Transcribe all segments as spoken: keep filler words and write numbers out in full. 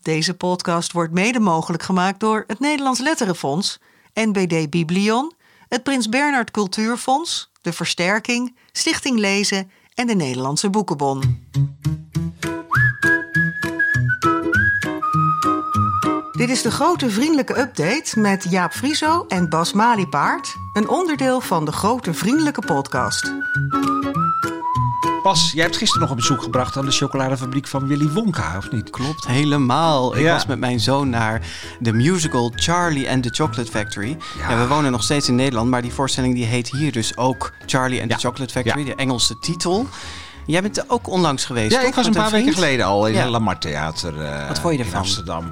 Deze podcast wordt mede mogelijk gemaakt door het Nederlands Letterenfonds, N B D Biblion, het Prins Bernhard Cultuurfonds, de Versterking, Stichting Lezen en de Nederlandse Boekenbon. Dit is de grote vriendelijke update met Jaap Frieso en Bas Maliepaard, een onderdeel van de grote vriendelijke podcast. Bas, jij hebt gisteren nog een bezoek gebracht aan de chocoladefabriek van Willy Wonka, of niet? Klopt, helemaal. Ik Ja. was met mijn zoon naar de musical Charlie and the Chocolate Factory. Ja. Ja, we wonen nog steeds in Nederland, maar die voorstelling die heet hier dus ook Charlie and Ja. the Chocolate Factory, Ja. de Engelse titel. Jij bent er ook onlangs geweest, Ja, toch? ik was een Met paar weken vriend? geleden al in Ja. het Lamar Theater uh, Wat vond je in ervan? Amsterdam.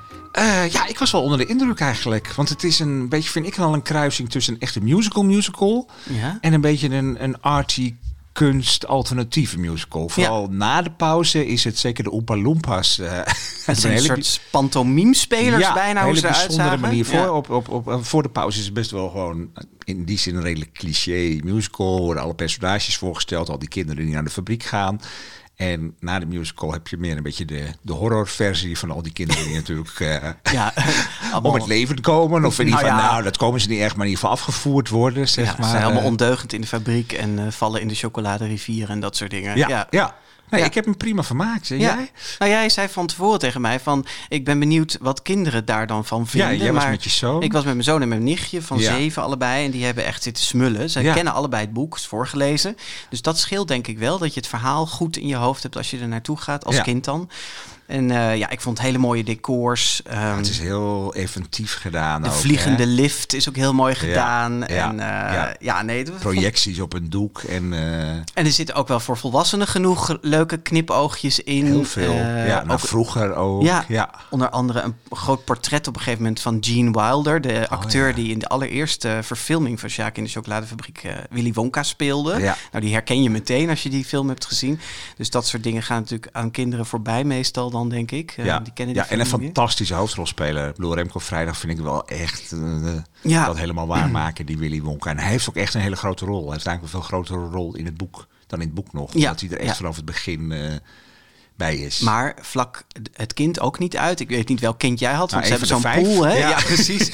Uh, ja, ik was wel onder de indruk eigenlijk. Want het is een beetje, vind ik wel, een kruising tussen een echte musical musical Ja? en een beetje een, een arty kunst alternatieve musical. Vooral ja. na de pauze is het zeker de Oompa Loompas. Uh, Het zijn een soort pantomimespelers ja, bijna, hoe hele ze eruit bijzondere zagen. manier. Voor, Ja. op, op, op, voor de pauze is het best wel gewoon in die zin een redelijk cliché musical. Worden alle personages voorgesteld, al die kinderen die naar de fabriek gaan. En na de musical heb je meer een beetje de, de horrorversie van al die kinderen die natuurlijk uh, Ja, om het leven komen. Of in ieder geval, Nou ja. nou, dat komen ze niet echt, maar in ieder geval afgevoerd worden, zeg Ja, maar. ze zijn helemaal Uh, ondeugend in de fabriek en uh, vallen in de chocoladerivier en dat soort dingen. Ja, ja. ja. Nee, Ja. ik heb hem prima vermaakt. En Ja. jij? Nou, jij zei van tevoren tegen mij van, ik ben benieuwd wat kinderen daar dan van vinden. Ja, jij was maar met je zoon. Ik was met mijn zoon en mijn nichtje van Ja. zeven allebei. En die hebben echt zitten smullen. Zij Ja. kennen allebei het boek, is voorgelezen. Dus dat scheelt denk ik wel, dat je het verhaal goed in je hoofd hebt als je er naartoe gaat, als Ja. kind dan. En uh, ja, ik vond hele mooie decors. Um, Ja, het is heel inventief gedaan. de ook, vliegende hè? lift is ook heel mooi gedaan. Ja. En uh, Ja. ja, nee. dat- Projecties op een doek en uh, En er zitten ook wel voor volwassenen genoeg leuke knipoogjes in. heel veel. Uh, ja, nou, ook vroeger ook. Ja, Ja. onder andere een groot portret op een gegeven moment van Gene Wilder, de acteur ja. die in de allereerste verfilming van Sjaak in de Chocoladefabriek uh, Willy Wonka speelde. Ja. Nou, die herken je meteen als je die film hebt gezien. Dus dat soort dingen gaan natuurlijk aan kinderen voorbij meestal dan, denk ik. Uh, Ja, die kennen die ja en een film niet. fantastische hoofdrolspeler. Ik bedoel, Remco Vrijdag vind ik wel echt uh, Ja. dat helemaal waarmaken, die Willy Wonka. En hij heeft ook echt een hele grote rol. Hij heeft eigenlijk een veel grotere rol in het boek dan in het boek nog. Ja. Dat hij er echt Ja. vanaf het begin uh, bij is. Maar vlak het kind ook niet uit. Ik weet niet welk kind jij had, want Nou, ze een hebben van zo'n de pool. vijf. Hè? Ja. Ja, precies.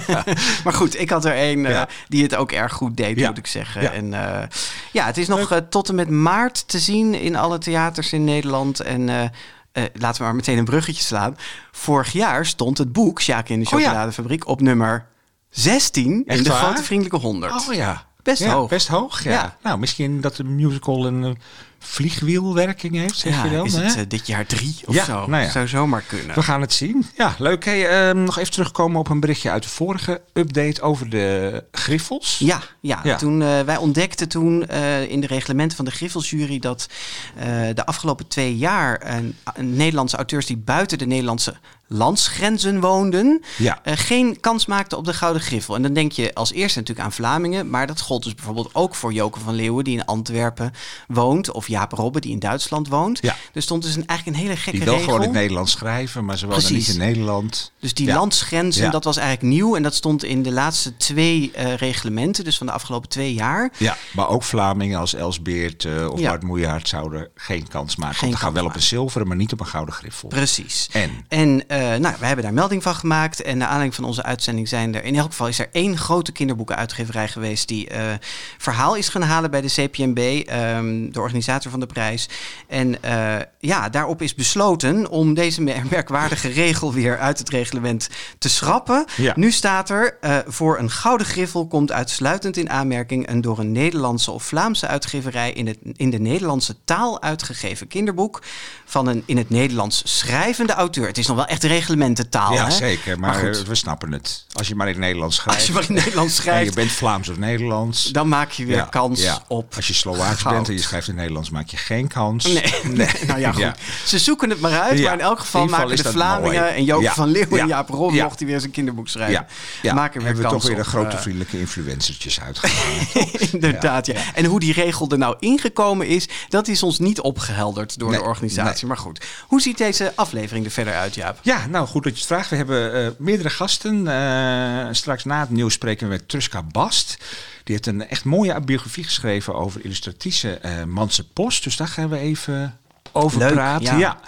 Maar goed, ik had er een uh, Ja. die het ook erg goed deed, Ja. moet ik zeggen. Ja. En uh, ja, het is nog uh, tot en met maart te zien in alle theaters in Nederland. En uh, uh, laten we maar meteen een bruggetje slaan. Vorig jaar stond het boek Sjaak in de Oh ja. Chocoladefabriek op nummer zestien Echt in de waar? Grote Vriendelijke honderd. Oh ja. Best ja, hoog. Best hoog, ja. Ja. Nou, misschien dat de musical een uh, vliegwielwerking heeft, zeg Ja, je dan. is hè? het uh, dit jaar drie of Ja, zo? nou ja. Zou zomaar kunnen. We gaan het zien. Ja, leuk. Hey, um, nog even terugkomen op een berichtje uit de vorige update over de griffels. Ja, ja. Ja. Toen, uh, wij ontdekten toen uh, in de reglementen van de Griffelsjury dat uh, de afgelopen twee jaar een, een Nederlandse auteurs die buiten de Nederlandse landsgrenzen woonden, Ja. uh, geen kans maakten op de Gouden Griffel. En dan denk je als eerste natuurlijk aan Vlamingen, maar dat gold dus bijvoorbeeld ook voor Joke van Leeuwen die in Antwerpen woont, of Jaap Robbe die in Duitsland woont. Ja. Er stond dus een, eigenlijk een hele gekke Die wil regel. gewoon in het Nederlands schrijven, maar ze wonen Precies. niet in Nederland. Dus die Ja. landsgrenzen, Ja. dat was eigenlijk nieuw. En dat stond in de laatste twee uh, reglementen, dus van de afgelopen twee jaar. Ja, maar ook Vlamingen als Elsbeert uh, of Ja. Bart Moejaert zouden geen kans maken. Geen Want gaan kans wel op een zilveren, maar niet op een gouden griffel. Precies. En? En uh, nou, we hebben daar melding van gemaakt. En naar aanleiding van onze uitzending zijn er... in elk geval is er één grote kinderboekenuitgeverij geweest... die uh, verhaal is gaan halen bij de C P M B, um, de organisator van de prijs. En uh, ja, daarop is besloten om deze merkwaardige regel weer uit het reglement te schrappen. Ja. Nu staat er, uh, voor een gouden griffel komt uitsluitend in aanmerking een door een Nederlandse of Vlaamse uitgeverij in, het, in de Nederlandse taal uitgegeven kinderboek van een in het Nederlands schrijvende auteur. Het is nog wel echt reglemententaal, Ja, hè? zeker. Maar, Maar goed. uh, we snappen het. Als je maar in het Nederlands schrijft. Als je maar in Nederlands en schrijft, je bent Vlaams of Nederlands. dan maak je weer Ja, kans ja. op Als je Slovaaks goud. bent en je schrijft in het Nederlands, maak je geen kans. Nee, nee. Nou ja, goed. Ja. Ze zoeken het maar uit. Ja. Maar in elk geval In ieder geval maken is de dat Vlamingen mooi. en Joop Ja. van Leeuwen en Ja. Jaap Ron, Ja. mocht hij weer zijn kinderboek schrijven. Ja, ja. Maken weer hebben we kans toch weer op, de grote uh, vriendelijke influencertjes uitgehaald. Inderdaad, ja. En hoe die regel er nou ingekomen is, dat is ons niet opgehelderd door Nee, de organisatie. nee. Maar goed, hoe ziet deze aflevering er verder uit, Jaap? Ja, nou goed dat je het vraagt. We hebben uh, meerdere gasten. Uh, straks na het nieuws spreken we met Truska Bast. Die heeft een echt mooie biografie geschreven over illustratrice uh, Manse Post. Dus daar gaan we even over Leuk, praten. ja. Ja.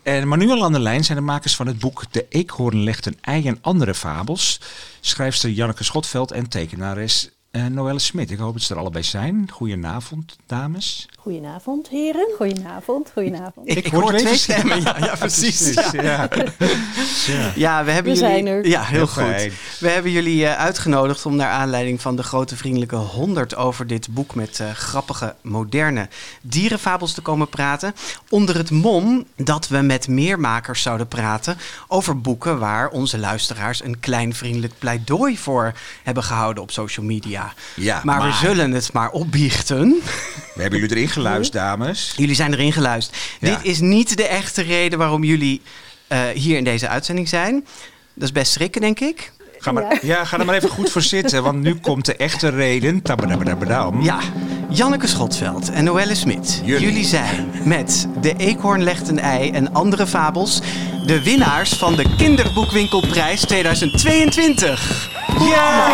En, maar nu al aan de lijn zijn de makers van het boek De Eekhoorn legt een ei en andere fabels. Schrijfster Janneke Schotveld en tekenares uh, Noelle Smit. Ik hoop dat ze er allebei zijn. Goedenavond, dames. Goedenavond, heren. Goedenavond, goedenavond. Ik, ik hoor twee stemmen. Ja, ja precies. Ja. Ja. Ja. Ja, we hebben we jullie. Zijn er. Ja, heel, heel goed. Fijn. We hebben jullie uh, uitgenodigd om naar aanleiding van de Grote Vriendelijke honderd over dit boek met uh, grappige, moderne dierenfabels te komen praten. Onder het mom dat we met meer makers zouden praten over boeken waar onze luisteraars een klein vriendelijk pleidooi voor hebben gehouden op social media. Ja, maar, maar we zullen het maar opbiechten. We hebben jullie erin geluisterd, dames. Jullie zijn erin geluisterd. Ja. Dit is niet de echte reden waarom jullie uh, hier in deze uitzending zijn. Dat is best schrikken, denk ik. Ga maar, ja. ja, ga er maar even goed voor zitten, want nu komt de echte reden. Tabadabadabadam. Ja, Janneke Schotveld en Noelle Smit. Jullie. Jullie zijn met De Eekhoorn legt een ei en andere fabels de winnaars van de Kinderboekwinkelprijs tweeduizend tweeëntwintig. Ja!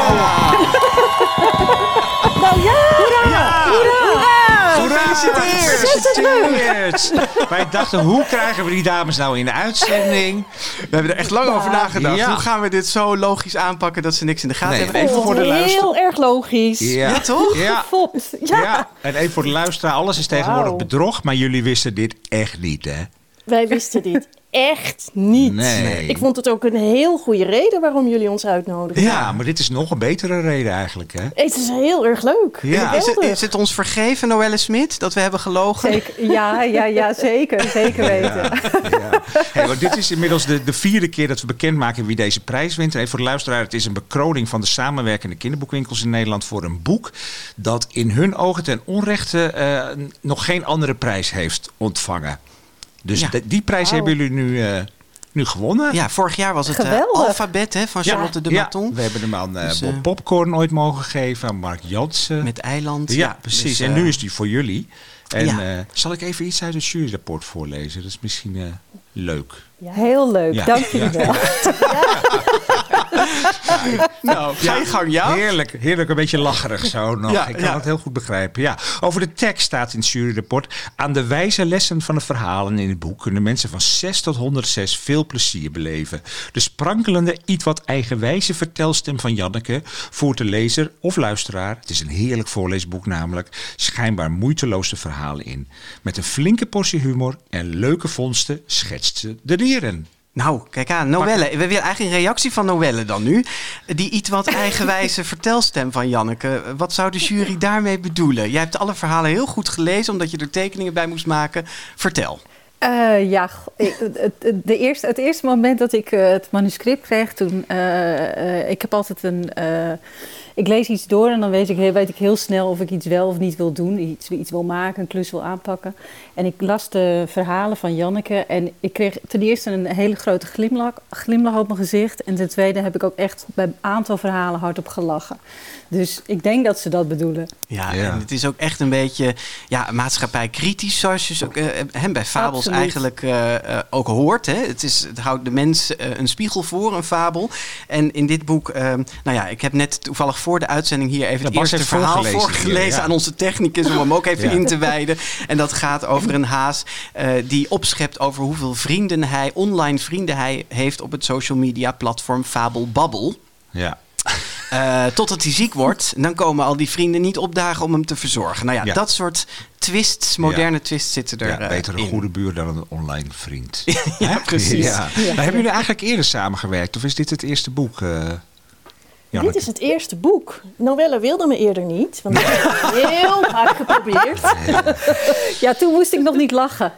Nou ja! Hoera! Ja! Hoera! Gefeliciteerd! Wij dachten, hoe krijgen we die dames nou in de uitzending? We hebben er echt lang over nagedacht. Ja. Hoe gaan we dit zo logisch aanpakken dat ze niks in de gaten Nee, hebben? even voor de Heel luister- erg logisch. Ja, Ja, toch? Ja. Fopt. Ja. Ja, en even voor de luisteraar, alles is tegenwoordig Wauw. bedrog, maar jullie wisten dit echt niet, hè? Wij wisten dit echt niet. Nee. Ik vond het ook een heel goede reden waarom jullie ons uitnodigen. Ja, maar dit is nog een betere reden eigenlijk, hè? Het is heel erg leuk. Ja. Is het, Geweldig. is het ons vergeven, Noelle Smit, dat we hebben gelogen? Zeker, ja, ja, ja, zeker. Zeker weten. Ja, ja. Hey, want dit is inmiddels de, de vierde keer dat we bekendmaken wie deze prijs wint. En even voor de luisteraar, het is een bekroning van de samenwerkende kinderboekwinkels in Nederland voor een boek dat in hun ogen ten onrechte uh, nog geen andere prijs heeft ontvangen. Dus Ja. de- die prijs Wauw. hebben jullie nu, uh, nu gewonnen. Ja, vorig jaar was het uh, Geweldig. Alfabet hè, van Charlotte de Ja, Maton. we hebben hem aan uh, Dus, Bob uh, Popcorn ooit mogen geven, aan Mark Jansen. Met Eiland. Ja, precies. Dus, en uh, nu is die voor jullie. En Ja. uh, zal ik even iets uit het juryrapport voorlezen? Dat is misschien uh, leuk. Heel leuk, Ja. dank jullie wel. Nou, ga je gang, ja? Heerlijk, heerlijk, een beetje lacherig zo nog. Ja, ik kan ja. het heel goed begrijpen. Ja. Over de tekst staat in het juryrapport: aan de wijze lessen van de verhalen in het boek kunnen mensen van zes tot honderdzes veel plezier beleven. De sprankelende, iets wat eigenwijze vertelstem van Janneke voert de lezer of luisteraar, het is een heerlijk voorleesboek namelijk, schijnbaar moeiteloos de verhalen in. Met een flinke portie humor en leuke vondsten schetst ze de dieren. Nou, kijk aan. Noelle. We willen eigenlijk een reactie van Noelle dan nu. Die iets wat eigenwijze vertelstem van Janneke. Wat zou de jury daarmee bedoelen? Jij hebt alle verhalen heel goed gelezen, omdat je er tekeningen bij moest maken. Vertel. Uh, ja, go- ik- het, het, de eerste, het eerste moment dat ik uh, het manuscript kreeg, toen... Uh, uh, ik heb altijd een... Uh, ik lees iets door en dan weet ik, weet ik heel snel of ik iets wel of niet wil doen. Iets, iets wil maken, een klus wil aanpakken. En ik las de verhalen van Janneke en ik kreeg ten eerste een hele grote glimlach, glimlach op mijn gezicht. En ten tweede heb ik ook echt bij een aantal verhalen hardop gelachen. Dus ik denk dat ze dat bedoelen. Ja, Ja. en het is ook echt een beetje ja, maatschappij kritisch, zoals je ook, uh, hem bij fabels Absoluut. eigenlijk uh, uh, ook hoort. Hè? Het, is, het houdt de mens uh, een spiegel voor, een fabel. En in dit boek, uh, nou ja, ik heb net toevallig voor de uitzending hier even Ja, het Bas eerste heeft verhaal voorgelezen voorgelezen hier, ja. aan onze technicus, om hem ook even Ja. in te wijden. En dat gaat over een haas uh, die opschept over hoeveel vrienden hij, online vrienden hij heeft op het social media platform Fabel Babbel. Ja. Uh, totdat hij ziek wordt. En dan komen al die vrienden niet opdagen om hem te verzorgen. Nou ja, Ja. dat soort twists, moderne Ja. twists zitten er Ja, uh, beter een in. goede buur dan een online vriend. Ja, Hè? precies. Ja. Nou, hebben jullie eigenlijk eerder samengewerkt? Of is dit het eerste boek? Uh, Dit is het eerste boek. Noelle wilde me eerder niet, want ik heb het heel vaak geprobeerd. Ja, toen moest ik nog niet lachen.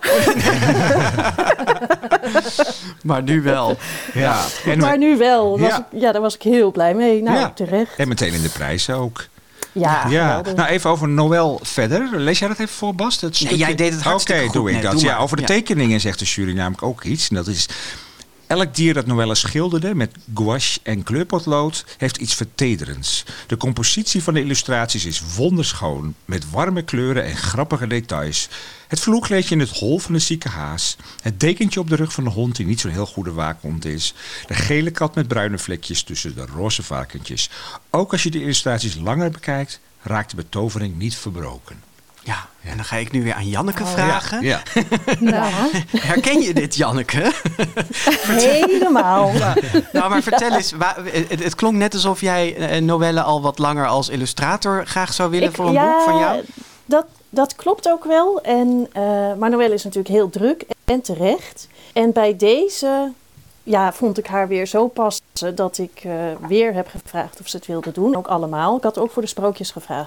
Maar nu wel. Ja. En, Maar nu wel. Was Ja. ik, ja, daar was ik heel blij mee. Nou, Ja. terecht. en meteen in de prijs ook. Ja, Ja, geweldig. nou even over Noël verder. Lees jij dat even voor, Bas? Dat stukje? jij deed het hartstikke Oké, goed doe ik net. dat. Doe Ja, maar. over de Ja. tekeningen zegt de jury namelijk ook iets. En dat is: elk dier dat Noëlla schilderde met gouache en kleurpotlood heeft iets vertederends. De compositie van de illustraties is wonderschoon, met warme kleuren en grappige details. Het vloerkleedje in het hol van de zieke haas. Het dekentje op de rug van de hond die niet zo'n heel goede waakhond is. De gele kat met bruine vlekjes tussen de roze varkentjes. Ook als je de illustraties langer bekijkt, raakt de betovering niet verbroken. Ja, en dan ga ik nu weer aan Janneke oh, vragen. Ja. Nou. Herken je dit, Janneke? Helemaal. Ja. Nou, maar vertel eens. Het, het klonk net alsof jij Noelle al wat langer als illustrator graag zou willen ik, voor een ja, boek van jou. Dat, dat klopt ook wel. En, uh, maar Noelle is natuurlijk heel druk en terecht. En bij deze ja, vond ik haar weer zo passen dat ik uh, weer heb gevraagd of ze het wilde doen. Ook allemaal. Ik had ook voor de sprookjes gevraagd.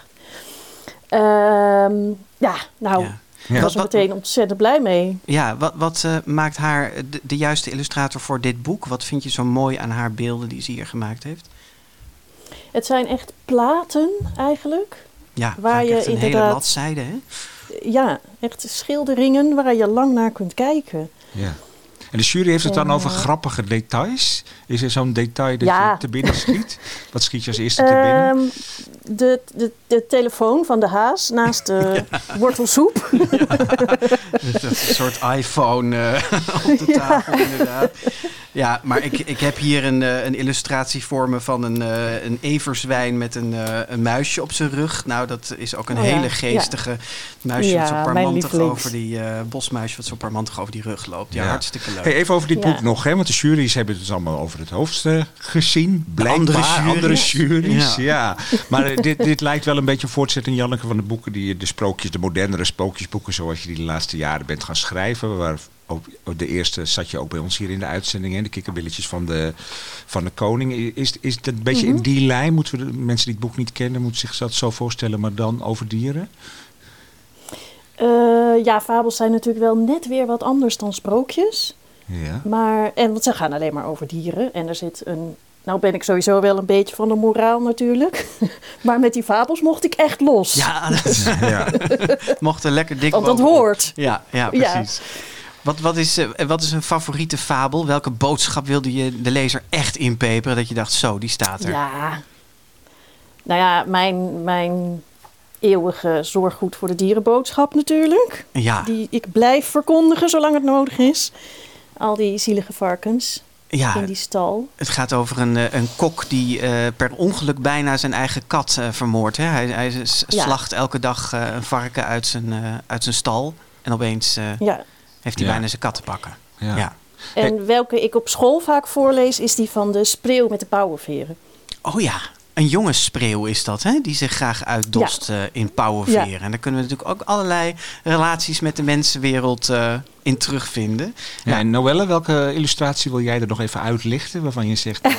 Um, ja, nou, ja. ik ja. was er meteen ontzettend blij mee. Ja, wat, wat uh, maakt haar de, de juiste illustrator voor dit boek? Wat vind je zo mooi aan haar beelden die ze hier gemaakt heeft? Het zijn echt platen eigenlijk. Ja, waar je echt een inderdaad, hele bladzijde, hè? Ja, echt schilderingen waar je lang naar kunt kijken. Ja. En de jury heeft het dan over grappige details. Is er zo'n detail dat ja. je te binnen schiet? Wat schiet je als eerste te binnen? Um, de, de, de telefoon van de haas naast de ja. wortelsoep. Ja. Dat is een soort iPhone uh, op de tafel, ja. inderdaad. Ja, maar ik, ik heb hier een, uh, een illustratie voor me van een, uh, een everzwijn met een, uh, een muisje op zijn rug. Nou, dat is ook een oh, hele ja. geestige ja. muisje ja, wat zo parmantig over die uh, bosmuisje wat zo parmantig over die rug loopt. Ja, ja. hartstikke leuk. Hey, even over dit ja. boek nog, hè? Want de jury's hebben het dus allemaal over het hoofd uh, gezien. Blijkbaar andere jury's. Andere jury's ja. ja. Maar uh, dit, dit lijkt wel een beetje een voortzetting, Janneke, van de boeken die de sprookjes, de modernere sprookjesboeken zoals je die de laatste jaren bent gaan schrijven. Waar ook, de eerste zat je ook bij ons hier in de uitzending, hè? De kikkerbilletjes van de, van de koning. Is, is het een beetje mm-hmm. in die lijn? Moeten we de mensen die het boek niet kennen, moeten zich dat zo voorstellen, maar dan over dieren? Uh, ja, fabels zijn natuurlijk wel net weer wat anders dan sprookjes. Ja. Maar, en want ze gaan alleen maar over dieren. En er zit een... Nou ben ik sowieso wel een beetje van de moraal natuurlijk. Maar met die fabels mocht ik echt los. Ja, dat ja. mocht er lekker dik want dat bovenop. hoort. Ja, ja precies. Ja. Wat, wat, is, uh, wat is een favoriete fabel? Welke boodschap wilde je de lezer echt inpeperen? Dat je dacht, zo, die staat er. Ja. Nou ja, mijn... mijn eeuwige zorggoed voor de dierenboodschap natuurlijk. Ja. Die ik blijf verkondigen zolang het nodig is. Al die zielige varkens ja, in die stal. Het gaat over een, een kok die uh, per ongeluk bijna zijn eigen kat uh, vermoordt. Hè? Hij, hij slacht ja. elke dag uh, een varken uit zijn, uh, uit zijn stal. En opeens uh, ja. heeft hij ja. bijna zijn kat te pakken. Ja. Ja. En welke ik op school vaak voorlees is die van de spreeuw met de pauwenveren. Oh ja. Een jongensspreeuw is dat, hè? Die zich graag uitdost ja. uh, in pauwenveren. Ja. En daar kunnen we natuurlijk ook allerlei relaties met de mensenwereld uh, in terugvinden. Ja, ja. En Noelle, welke illustratie wil jij er nog even uitlichten? Waarvan je zegt...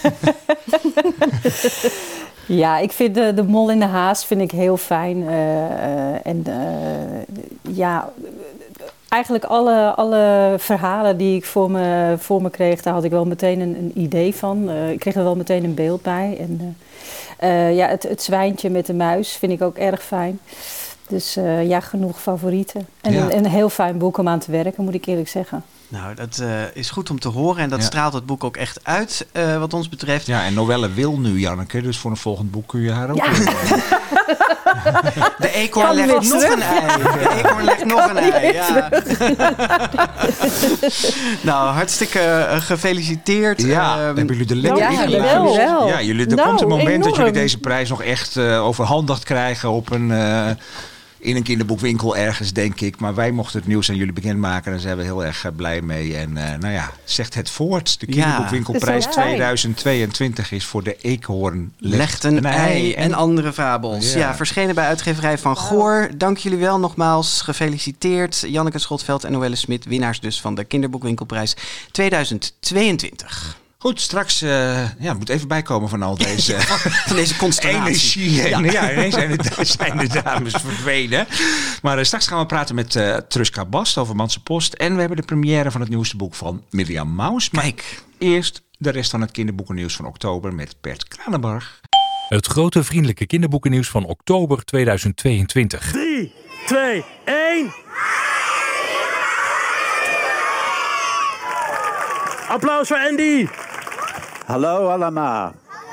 Ja, ik vind de, de mol in de haas vind ik heel fijn. Uh, uh, en uh, ja... Eigenlijk alle, alle verhalen die ik voor me, voor me kreeg, daar had ik wel meteen een, een idee van. Uh, ik kreeg er wel meteen een beeld bij. En, uh, uh, ja, het, het zwijntje met de muis vind ik ook erg fijn. Dus uh, ja, genoeg favorieten. En ja. een, een heel fijn boek om aan te werken, moet ik eerlijk zeggen. Nou, dat uh, is goed om te horen. En dat ja. straalt het boek ook echt uit, uh, wat ons betreft. Ja, en Noelle wil nu, Janneke. Dus voor een volgend boek kun je haar ook... Ja. De eekhoorn legt nog terug. een ei. De eekhoorn legt nog een ei, ja. Nou, hartstikke uh, gefeliciteerd. Ja, um, hebben jullie de lekker ja, ingeluisterd? Ja, ja, jullie, er nou, komt een moment enorm. dat jullie deze prijs nog echt uh, overhandigd krijgen op een... Uh, in een kinderboekwinkel ergens, denk ik. Maar wij mochten het nieuws aan jullie bekendmaken. Daar zijn we heel erg uh, blij mee. En uh, nou ja, zegt het voort. De kinderboekwinkelprijs ja, tweeduizend tweeëntwintig is voor de eekhoorn legt, legt een, een ei en, en andere fabels. Ja. ja, verschenen bij uitgeverij Van Goor. Dank jullie wel nogmaals. Gefeliciteerd. Janneke Schotveld en Noelle Smit, winnaars dus van de kinderboekwinkelprijs tweeduizend tweeëntwintig. Goed, straks uh, ja, moet even bijkomen van al deze, ja, van deze constellatie. Energie. Ja, ja ineens zijn de, zijn de dames verdwenen. Maar uh, straks gaan we praten met uh, Truska Bast over Manse Post. En we hebben de première van het nieuwste boek van Mirjam Maus. Maar Kijk. Eerst de rest van het kinderboekennieuws van oktober met Bert Kranenbarg. Het grote vriendelijke kinderboekennieuws van oktober tweeduizend tweeëntwintig. drie, twee, één... Applaus voor Andy! Hallo allemaal.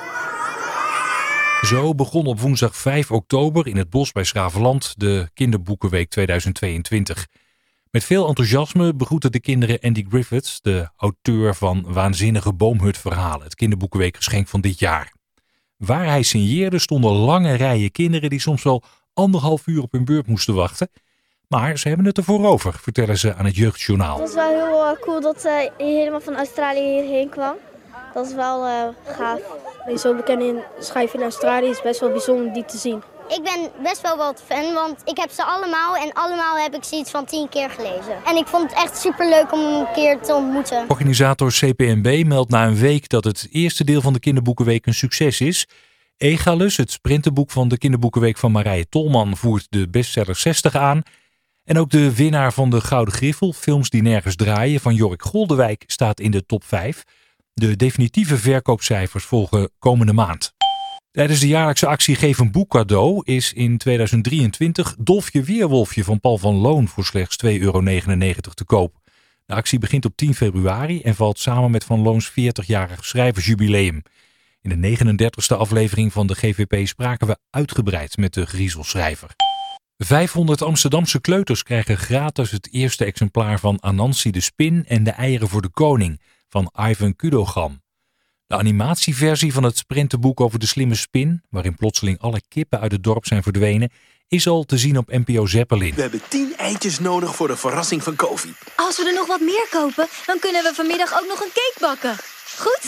Zo begon op woensdag vijf oktober in het bos bij Schravenland de Kinderboekenweek tweeduizend tweeëntwintig. Met veel enthousiasme begroeten de kinderen Andy Griffiths, de auteur van Waanzinnige Boomhutverhalen, het kinderboekenweekgeschenk van dit jaar. Waar hij signeerde stonden lange rijen kinderen die soms wel anderhalf uur op hun beurt moesten wachten. Maar ze hebben het ervoor over, vertellen ze aan het Jeugdjournaal. Het was wel heel uh, cool dat hij uh, helemaal van Australië hierheen kwam. Dat is wel uh, gaaf. Ben je zo bekend in schrijven in Australië, is best wel bijzonder om die te zien. Ik ben best wel wat fan, want ik heb ze allemaal en allemaal heb ik ze iets van tien keer gelezen. En ik vond het echt superleuk om hem een keer te ontmoeten. Organisator C P M B meldt na een week dat het eerste deel van de Kinderboekenweek een succes is. Egalus, het prentenboek van de Kinderboekenweek van Marije Tolman, voert de bestseller zestig aan. En ook de winnaar van de Gouden Griffel, Films die nergens draaien, van Jorik Goldewijk, staat in de top vijf. De definitieve verkoopcijfers volgen komende maand. Tijdens de jaarlijkse actie Geef een boek cadeau is in tweeduizend drieëntwintig Dolfje Weerwolfje van Paul van Loon voor slechts twee euro negenennegentig te koop. De actie begint op tien februari en valt samen met Van Loons veertigjarig schrijversjubileum. In de negenendertigste aflevering van de G V P spraken we uitgebreid met de griezelschrijver. vijfhonderd Amsterdamse kleuters krijgen gratis het eerste exemplaar van Anansi de Spin en de Eieren voor de Koning van Ivan Kudogam. De animatieversie van het prentenboek over de slimme spin, waarin plotseling alle kippen uit het dorp zijn verdwenen, is al te zien op N P O Zeppelin. We hebben tien eitjes nodig voor de verrassing van Kofi. Als we er nog wat meer kopen, dan kunnen we vanmiddag ook nog een cake bakken. Goed?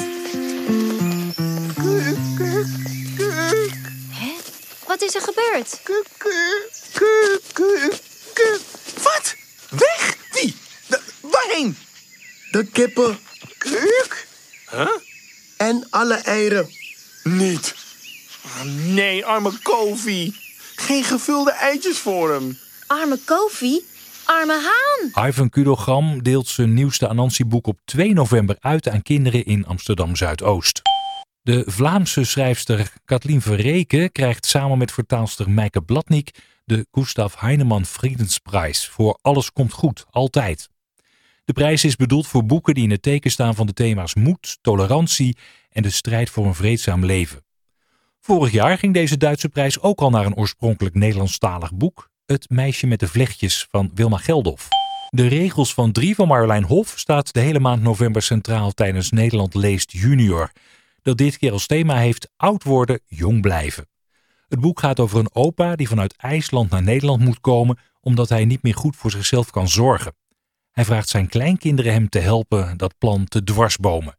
Hè? Wat is er gebeurd? Wat? Weg? Wie? De, waarheen? De kippen. Huh? En alle eieren. Niet. Oh, nee, arme Kofi. Geen gevulde eitjes voor hem. Arme Kofi? Arme haan. Ivan Kudogam deelt zijn nieuwste Anansi-boek op twee november uit aan kinderen in Amsterdam-Zuidoost. De Vlaamse schrijfster Kathleen Verreken krijgt samen met vertaalster Meike Blatnik de Gustav Heinemann Friedensprijs voor Alles komt goed, altijd. De prijs is bedoeld voor boeken die in het teken staan van de thema's moed, tolerantie en de strijd voor een vreedzaam leven. Vorig jaar ging deze Duitse prijs ook al naar een oorspronkelijk Nederlandstalig boek, Het meisje met de vlechtjes van Wilma Geldof. De regels van drie van Marjolein Hof staat de hele maand november centraal tijdens Nederland leest junior, dat dit keer als thema heeft oud worden, jong blijven. Het boek gaat over een opa die vanuit IJsland naar Nederland moet komen omdat hij niet meer goed voor zichzelf kan zorgen. Hij vraagt zijn kleinkinderen hem te helpen dat plan te dwarsbomen.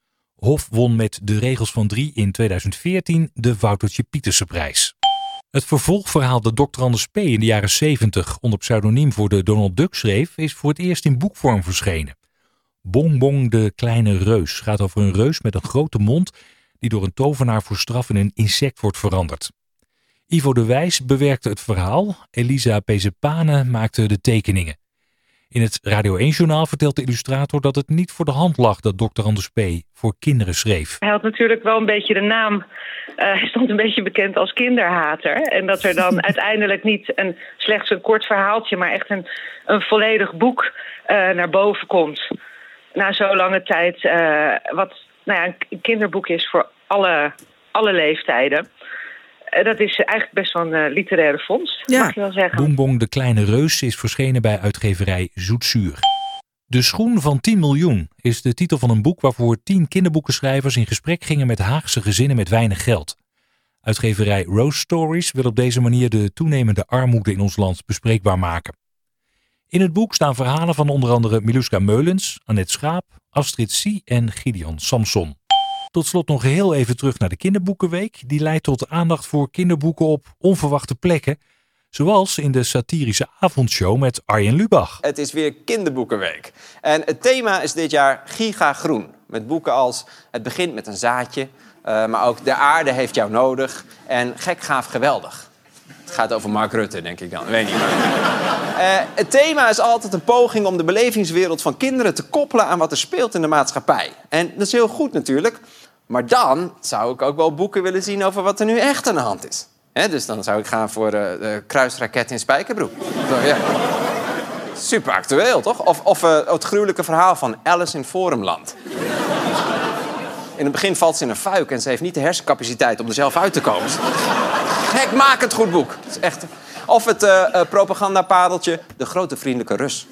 Hof won met de regels van drie in tweeduizend veertien de Woutertje Pietersenprijs. Het vervolgverhaal dat dokter Anders P. in de jaren zeventig onder pseudoniem voor de Donald Duck schreef, is voor het eerst in boekvorm verschenen. Bong Bong de Kleine Reus gaat over een reus met een grote mond die door een tovenaar voor straf in een insect wordt veranderd. Ivo de Wijs bewerkte het verhaal, Elisa Pezepane maakte de tekeningen. In het Radio één-journaal vertelt de illustrator dat het niet voor de hand lag dat dokter Anders P. voor kinderen schreef. Hij had natuurlijk wel een beetje de naam, uh, hij stond een beetje bekend als kinderhater. En dat er dan uiteindelijk niet een, slechts een kort verhaaltje, maar echt een, een volledig boek uh, naar boven komt. Na zo'n lange tijd, uh, wat nou ja, een kinderboek is voor alle, alle leeftijden. Dat is eigenlijk best wel een uh, literaire vondst, ja. Mag je wel zeggen. Bong Bong de Kleine Reus is verschenen bij uitgeverij Zoetzuur. De schoen van tien miljoen is de titel van een boek waarvoor tien kinderboekenschrijvers in gesprek gingen met Haagse gezinnen met weinig geld. Uitgeverij Rose Stories wil op deze manier de toenemende armoede in ons land bespreekbaar maken. In het boek staan verhalen van onder andere Miluska Meulens, Annette Schaap, Astrid Sie en Gideon Samson. Tot slot nog heel even terug naar de Kinderboekenweek. Die leidt tot aandacht voor kinderboeken op onverwachte plekken. Zoals in de satirische avondshow met Arjen Lubach. Het is weer Kinderboekenweek. En het thema is dit jaar gigagroen. Met boeken als Het begint met een zaadje. Uh, maar ook De aarde heeft jou nodig. En Gek, gaaf, geweldig. Het gaat over Mark Rutte, denk ik dan. Weet niet. Uh, het thema is altijd een poging om de belevingswereld van kinderen te koppelen aan wat er speelt in de maatschappij. En dat is heel goed natuurlijk. Maar dan zou ik ook wel boeken willen zien over wat er nu echt aan de hand is. He, dus dan zou ik gaan voor uh, de kruisraket in Spijkerbroek. Zo, ja. Super actueel, toch? Of, of uh, het gruwelijke verhaal van Alice in Forumland. In het begin valt ze in een fuik en ze heeft niet de hersencapaciteit om er zelf uit te komen. Gek, maak het goed boek. Het is echt... Of het uh, uh, propagandapadeltje De Grote Vriendelijke Rus.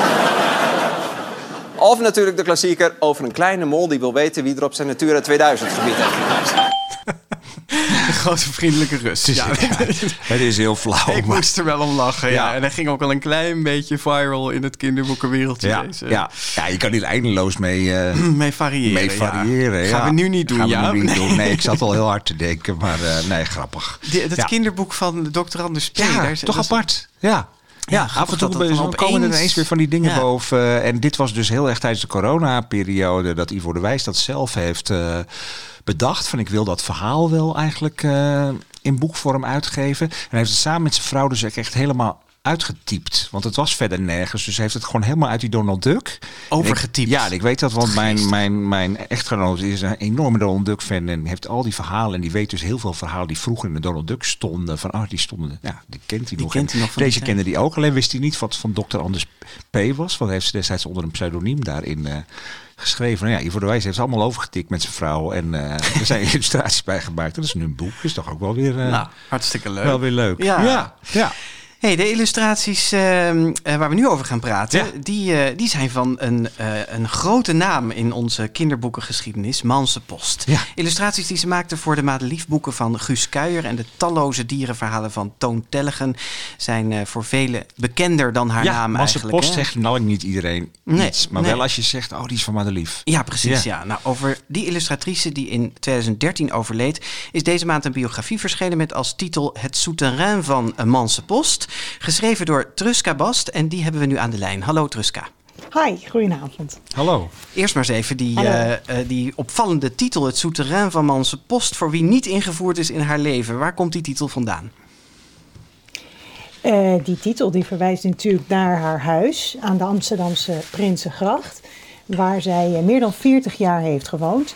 Of natuurlijk de klassieker over een kleine mol die wil weten wie er op zijn Natura tweeduizend gebied heeft. grote vriendelijke Rus. Het is, Ja. ja, het is heel flauw. Ik maar- moest er wel om lachen. Ja. Ja. En hij ging ook al een klein beetje viral in het kinderboekenwereldje. Ja, Deze. ja. ja, je kan hier eindeloos mee, uh, mee variëren. mee variëren ja. ja. Gaan we nu niet doen, Gaan we ja? nu niet Nee. doen. Nee, ik zat al heel hard te denken, maar uh, nee, grappig. Die, dat ja. kinderboek van dokter Anders P. Ja, daar is- toch dat is- apart. Ja. Ja, af en toe dat dat dan komen er opeens- ineens weer van die dingen Ja. boven. En dit was dus heel erg tijdens de coronaperiode dat Ivo de Wijs dat zelf heeft uh, bedacht. Van ik wil dat verhaal wel eigenlijk uh, in boekvorm uitgeven. En hij heeft het samen met zijn vrouw dus echt helemaal uitgetypt. Want het was verder nergens. Dus hij heeft het gewoon helemaal uit die Donald Duck. Overgetypt. Ik, ja, ik weet dat, want mijn, mijn, mijn echtgenoot is een enorme Donald Duck fan. En heeft al die verhalen. En die weet dus heel veel verhalen die vroeger in de Donald Duck stonden. Van, oh, die stonden, ja, die kent hij Die nog. kent hij nog van Deze die kende hij ook. Alleen wist hij niet wat van dokter Anders P. was. Want hij heeft ze destijds onder een pseudoniem daarin uh, geschreven. Nou ja, Ivo de Wijs heeft het allemaal overgetikt met zijn vrouw. En uh, er zijn illustraties bij gemaakt. Dat is nu een boek. Is toch ook wel weer, uh, nou, hartstikke leuk. Wel weer leuk. Ja. ja. ja. Hey, de illustraties uh, uh, waar we nu over gaan praten, Ja. die, uh, die zijn van een, uh, een grote naam in onze kinderboekengeschiedenis, Manse Post. Ja. Illustraties die ze maakte voor de Madeliefboeken van Guus Kuijer en de talloze dierenverhalen van Toon Tellegen zijn uh, voor velen bekender dan haar ja, naam Manse eigenlijk. Post hè? zegt nou niet iedereen Nee, iets. Maar nee. wel als je zegt, oh, die is van Madelief. Ja, precies. Ja. Ja. Nou, over die illustratrice die in twintig dertien overleed, is deze maand een biografie verschenen met als titel Het souterrain van Manse Post. Geschreven door Truska Bast en die hebben we nu aan de lijn. Hallo Truska. Hi, goedenavond. Hallo. Eerst maar eens even die, Hallo. uh, uh, die opvallende titel, Het souterrain van Manse Post, voor wie niet ingevoerd is in haar leven. Waar komt die titel vandaan? Uh, die titel die verwijst natuurlijk naar haar huis aan de Amsterdamse Prinsengracht, waar zij uh, meer dan veertig jaar heeft gewoond.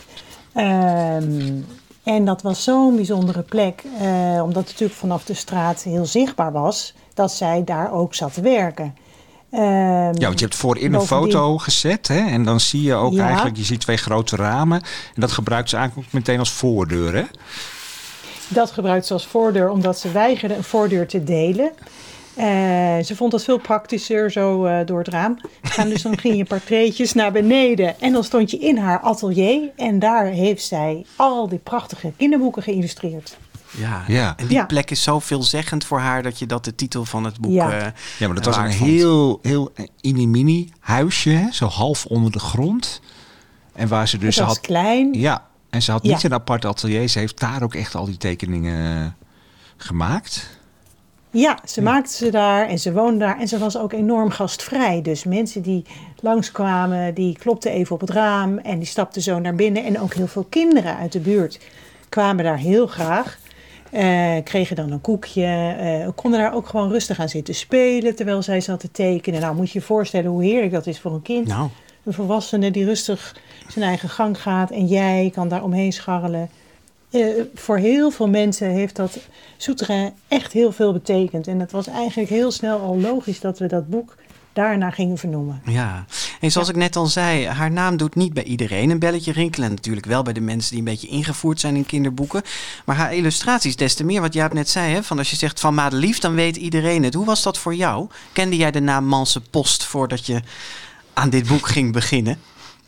Um, en dat was zo'n bijzondere plek, uh, omdat het natuurlijk vanaf de straat heel zichtbaar was dat zij daar ook zat te werken. Um, Ja, want je hebt voorin een bovendien- foto gezet. Hè? En dan zie je ook Ja. eigenlijk, je ziet twee grote ramen. En dat gebruikt ze eigenlijk ook meteen als voordeur, hè? Dat gebruikt ze als voordeur omdat ze weigerde een voordeur te delen. Uh, ze vond dat veel praktischer zo uh, door het raam gaan. Dus dan ging je een paar treetjes naar beneden. En dan stond je in haar atelier. En daar heeft zij al die prachtige kinderboeken geïllustreerd. Ja, Ja. en die Ja. plek is zo veelzeggend voor haar dat je dat de titel van het boek Ja. uh, Ja, maar dat was een waard vond. heel, heel mini-mini huisje, hè? Zo half onder de grond. En waar ze dus... Het ze was had, klein. ja, en ze had Ja. niet een apart atelier. Ze heeft daar ook echt al die tekeningen uh, gemaakt. Ja, ze maakte ze daar en ze woonde daar. En ze was ook enorm gastvrij. Dus mensen die langskwamen, die klopten even op het raam. En die stapten zo naar binnen. En ook heel veel kinderen uit de buurt kwamen daar heel graag. Uh, kregen dan een koekje. Uh, konden daar ook gewoon rustig aan zitten spelen terwijl zij zat te tekenen. Nou, moet je je voorstellen hoe heerlijk dat is voor een kind. Nou, Een volwassene die rustig zijn eigen gang gaat. En jij kan daar omheen scharrelen. Uh, voor heel veel mensen heeft dat souterrain echt heel veel betekend. En het was eigenlijk heel snel al logisch dat we dat boek daarna gingen vernoemen. ja. En zoals ik net al zei, haar naam doet niet bij iedereen een belletje rinkelen. En natuurlijk wel bij de mensen die een beetje ingevoerd zijn in kinderboeken. Maar haar illustraties des te meer, wat Jaap net zei, hè, van als je zegt van Madelief, dan weet iedereen het. Hoe was dat voor jou? Kende jij de naam Manse Post voordat je aan dit boek ging beginnen?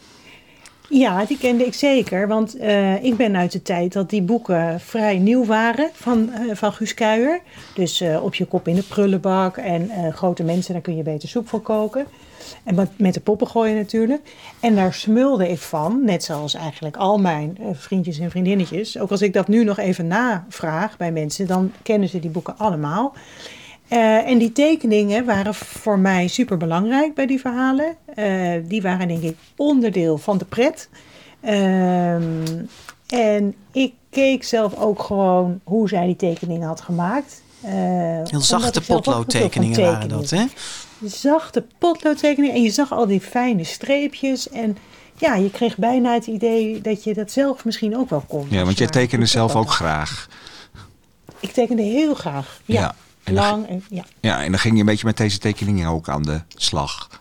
Ja, die kende ik zeker. Want uh, ik ben uit de tijd dat die boeken vrij nieuw waren van, uh, van Guus Kuijer. Dus uh, Op je kop in de prullenbak en uh, Grote mensen, daar kun je beter soep voor koken. En met, met de poppen gooien natuurlijk. En daar smulde ik van, net zoals eigenlijk al mijn uh, vriendjes en vriendinnetjes. Ook als ik dat nu nog even navraag bij mensen, dan kennen ze die boeken allemaal. Uh, en die tekeningen waren voor mij super belangrijk bij die verhalen. Uh, die waren denk ik onderdeel van de pret. Uh, en ik keek zelf ook gewoon hoe zij die tekeningen had gemaakt. Uh, Heel zachte potloodtekeningen waren dat, hè? Zachte potloodtekeningen. En je zag al die fijne streepjes. En ja, je kreeg bijna het idee dat je dat zelf misschien ook wel kon. Ja, want jij tekende zelf ook graag. Ik tekende heel graag, ja. Ja. En dan, Lang en, ja. ja, en dan ging je een beetje met deze tekeningen ook aan de slag.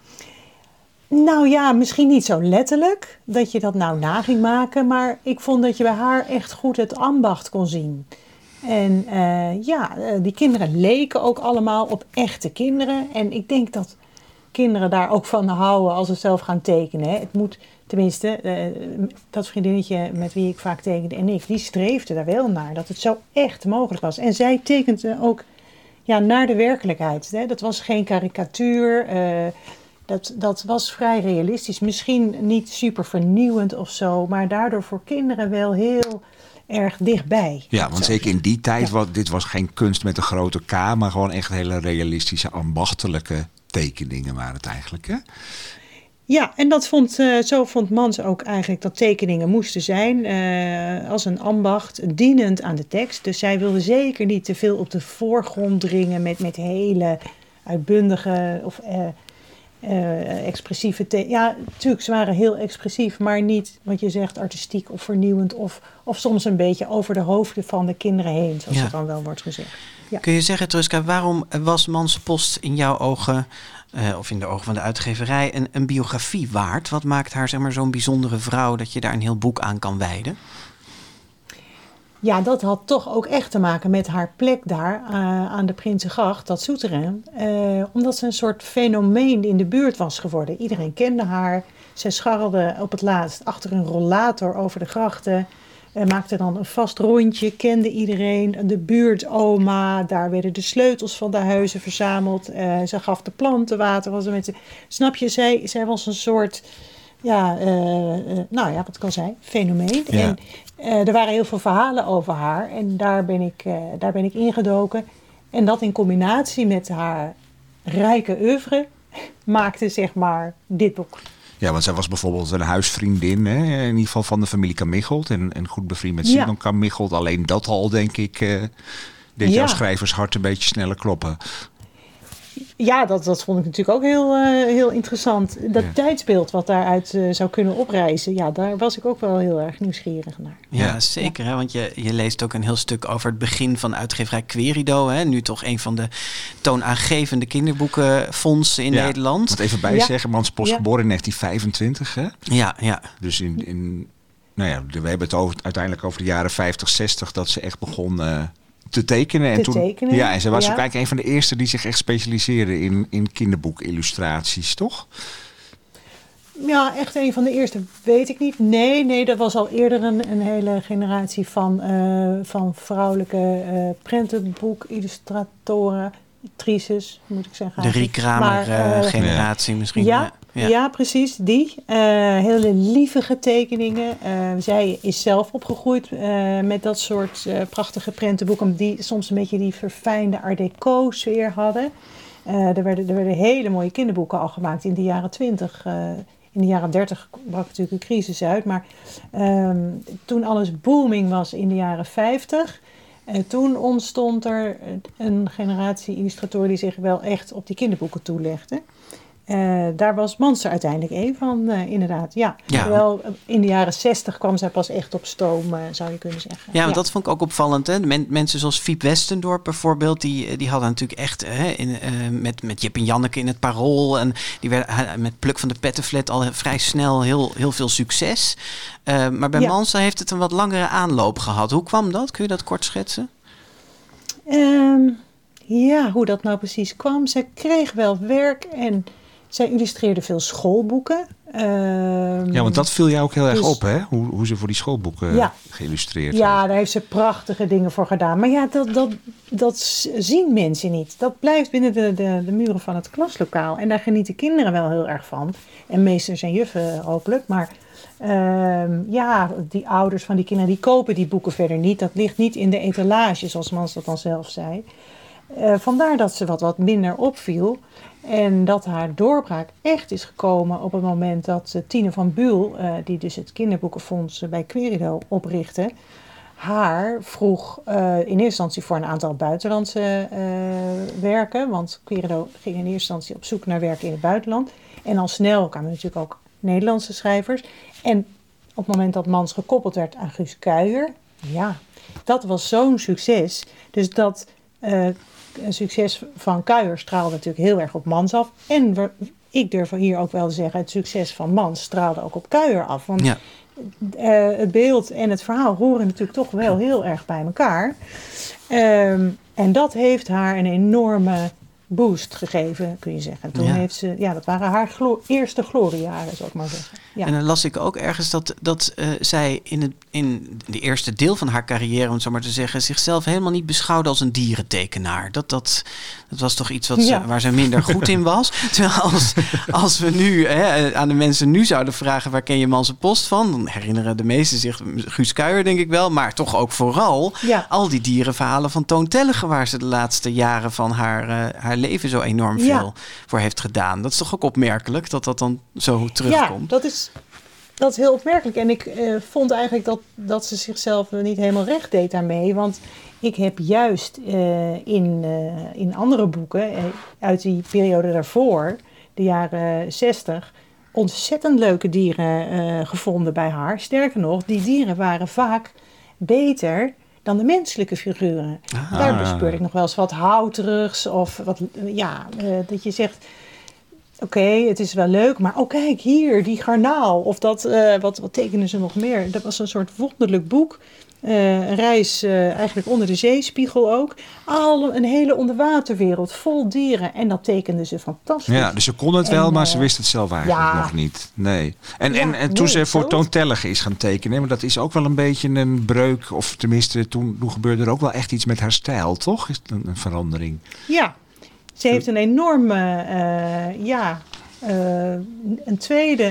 Nou ja, misschien niet zo letterlijk dat je dat nou na ging maken. Maar ik vond dat je bij haar echt goed het ambacht kon zien. En uh, ja, die kinderen leken ook allemaal op echte kinderen. En ik denk dat kinderen daar ook van houden als ze zelf gaan tekenen. Hè. Het moet tenminste, uh, dat vriendinnetje met wie ik vaak tekende en ik, die streefde daar wel naar. Dat het zo echt mogelijk was. En zij tekende ook ja, naar de werkelijkheid. Hè. Dat was geen karikatuur. Uh, dat, dat was vrij realistisch. Misschien niet super vernieuwend of zo, maar daardoor voor kinderen wel heel erg dichtbij. Ja, want zeker in die tijd, ja. was, dit was geen kunst met een grote K, maar gewoon echt hele realistische, ambachtelijke tekeningen waren het eigenlijk, hè? Ja, en dat vond, uh, zo vond Mans ook eigenlijk dat tekeningen moesten zijn uh, als een ambacht, dienend aan de tekst. Dus zij wilde zeker niet te veel op de voorgrond dringen met, met hele uitbundige of uh, uh, expressieve te- Ja, natuurlijk, ze waren heel expressief, maar niet wat je zegt artistiek of vernieuwend of, of soms een beetje over de hoofden van de kinderen heen, zoals ja. het dan wel wordt gezegd. Ja. Kun je zeggen, Truska, waarom was Mans Post in jouw ogen, uh, of in de ogen van de uitgeverij, een, een biografie waard? Wat maakt haar, zeg maar, zo'n bijzondere vrouw dat je daar een heel boek aan kan wijden? Ja, dat had toch ook echt te maken met haar plek daar uh, aan de Prinsengracht, dat Souterrain. Uh, omdat ze een soort fenomeen in de buurt was geworden. Iedereen kende haar. Zij scharrelde op het laatst achter een rollator over de grachten. Uh, maakte dan een vast rondje, kende iedereen. De buurtoma, daar werden de sleutels van de huizen verzameld. Uh, ze gaf de planten water. Was er met ze. Snap je, zij, zij was een soort, ja, uh, uh, nou ja, wat kan zij? Fenomeen. Ja. En uh, er waren heel veel verhalen over haar. En daar ben ik, uh, daar ben ik ingedoken. En dat in combinatie met haar rijke oeuvre maakte, zeg maar, dit boek. Ja, want zij was bijvoorbeeld een huisvriendin, hè, in ieder geval van de familie Kamichelt. En, en goed bevriend met Simon ja. Kamichelt. Alleen dat al, denk ik, uh, deed ja. jouw schrijvershart een beetje sneller kloppen. Ja, dat, dat vond ik natuurlijk ook heel, uh, heel interessant. Dat ja. tijdsbeeld wat daaruit uh, zou kunnen oprijzen, ja, daar was ik ook wel heel erg nieuwsgierig naar. Ja, ja. zeker. Hè? Want je, je leest ook een heel stuk over het begin van uitgeverij Querido. Hè? Nu toch een van de toonaangevende kinderboekenfondsen in ja. Nederland. Wat even bij ja. zeggen, Mans Post ja. geboren in negentien vijfentwintig. Hè? Ja, ja. Dus in, in, nou ja, we hebben het over, uiteindelijk over de jaren vijftig, zestig dat ze echt begon Uh, te tekenen. En te toen, tekenen, ja, en ze was ja. ook eigenlijk een van de eerste die zich echt specialiseerde in, in kinderboekillustraties, toch? Ja, echt een van de eerste weet ik niet. Nee, nee, dat was al eerder een, een hele generatie van, uh, van vrouwelijke uh, prentenboekillustratoren, actrices, moet ik zeggen. De Rie Kramer uh, generatie ja. misschien. Ja, ja. ja, precies, die. Uh, hele lievige tekeningen. Uh, zij is zelf opgegroeid uh, met dat soort uh, prachtige prentenboeken die soms een beetje die verfijnde art déco sfeer hadden. Uh, er, werden, er werden hele mooie kinderboeken al gemaakt in de jaren twintig. Uh, in de jaren dertig brak natuurlijk een crisis uit. Maar um, toen alles booming was in de jaren vijftig... En toen ontstond er een generatie illustratoren die zich wel echt op die kinderboeken toelegden. Uh, daar was Mans er uiteindelijk een van, uh, inderdaad. Ja. ja. Terwijl in de jaren zestig kwam zij pas echt op stoom, uh, zou je kunnen zeggen. Ja, want ja. dat vond ik ook opvallend. Hè? Men, mensen zoals Fiep Westendorp bijvoorbeeld, die, die hadden natuurlijk echt hè, in, uh, met, met Jip en Janneke in het Parool. En die werden uh, met Pluk van de Pettenflat al vrij snel heel, heel veel succes. Uh, maar bij ja. Mans heeft het een wat langere aanloop gehad. Hoe kwam dat? Kun je dat kort schetsen? Um, ja, hoe dat nou precies kwam. Zij kreeg wel werk en zij illustreerde veel schoolboeken. Um, ja, want dat viel jou ook heel dus, erg op, hè? Hoe, hoe ze voor die schoolboeken ja, geïllustreerd Ja, heeft. Daar heeft ze prachtige dingen voor gedaan. Maar ja, dat, dat, dat zien mensen niet. Dat blijft binnen de, de, de muren van het klaslokaal. En daar genieten kinderen wel heel erg van. En meesters en juffen hopelijk. Maar um, ja, die ouders van die kinderen, die kopen die boeken verder niet. Dat ligt niet in de etalage, zoals Mans dat dan zelf zei. Uh, vandaar dat ze wat, wat minder opviel. En dat haar doorbraak echt is gekomen op het moment dat uh, Tine van Buul, uh, die dus het kinderboekenfonds uh, bij Querido oprichtte, haar vroeg uh, in eerste instantie voor een aantal buitenlandse uh, werken. Want Querido ging in eerste instantie op zoek naar werken in het buitenland. En al snel kwamen natuurlijk ook Nederlandse schrijvers. En op het moment dat Mans gekoppeld werd aan Guus Kuijer, ja, dat was zo'n succes. Dus dat Uh, een succes van Kuijer straalde natuurlijk heel erg op Mans af. En we, ik durf hier ook wel te zeggen, het succes van Mans straalde ook op Kuijer af. Want ja. uh, het beeld en het verhaal horen natuurlijk toch wel heel erg bij elkaar. Um, en dat heeft haar een enorme boost gegeven, kun je zeggen. Toen ja. heeft ze, ja, dat waren haar glo- eerste gloriejaren, zou ik maar zeggen. Ja. En dan las ik ook ergens dat, dat uh, zij in het in de eerste deel van haar carrière, om het zo maar te zeggen, zichzelf helemaal niet beschouwde als een dierentekenaar. Dat, dat, dat was toch iets wat ze, ja. waar ze minder goed in was. Terwijl als, als we nu hè, aan de mensen nu zouden vragen, waar ken je Manse Post van? Dan herinneren de meesten zich Guus Kuijer, denk ik wel. Maar toch ook vooral ja. al die dierenverhalen van Toon Tellegen, waar ze de laatste jaren van haar, uh, haar leven zo enorm veel ja. voor heeft gedaan. Dat is toch ook opmerkelijk dat dat dan zo terugkomt? Ja, dat is... Dat is heel opmerkelijk. En ik uh, vond eigenlijk dat, dat ze zichzelf niet helemaal recht deed daarmee. Want ik heb juist uh, in, uh, in andere boeken, uh, uit die periode daarvoor, de jaren zestig, ontzettend leuke dieren uh, gevonden bij haar. Sterker nog, die dieren waren vaak beter dan de menselijke figuren. Ah. Daar bespeurde ik nog wel eens wat houterigs of wat, ja, uh, dat je zegt... Oké, okay, het is wel leuk, maar oh kijk, hier, die garnaal. Of dat, uh, wat, wat tekenen ze nog meer? Dat was een soort wonderlijk boek. Uh, een reis uh, eigenlijk onder de zeespiegel ook. Al een hele onderwaterwereld vol dieren. En dat tekenden ze fantastisch. Ja, dus ze kon het wel, en, maar ze wist het zelf eigenlijk ja. nog niet. Nee. En, ja, en, en toen nee, ze voor Toon Tellegen is gaan tekenen, maar dat is ook wel een beetje een breuk. Of tenminste, toen, toen gebeurde er ook wel echt iets met haar stijl, toch? Is het een, een verandering? Ja. Ze heeft een enorme, uh, ja, uh, een tweede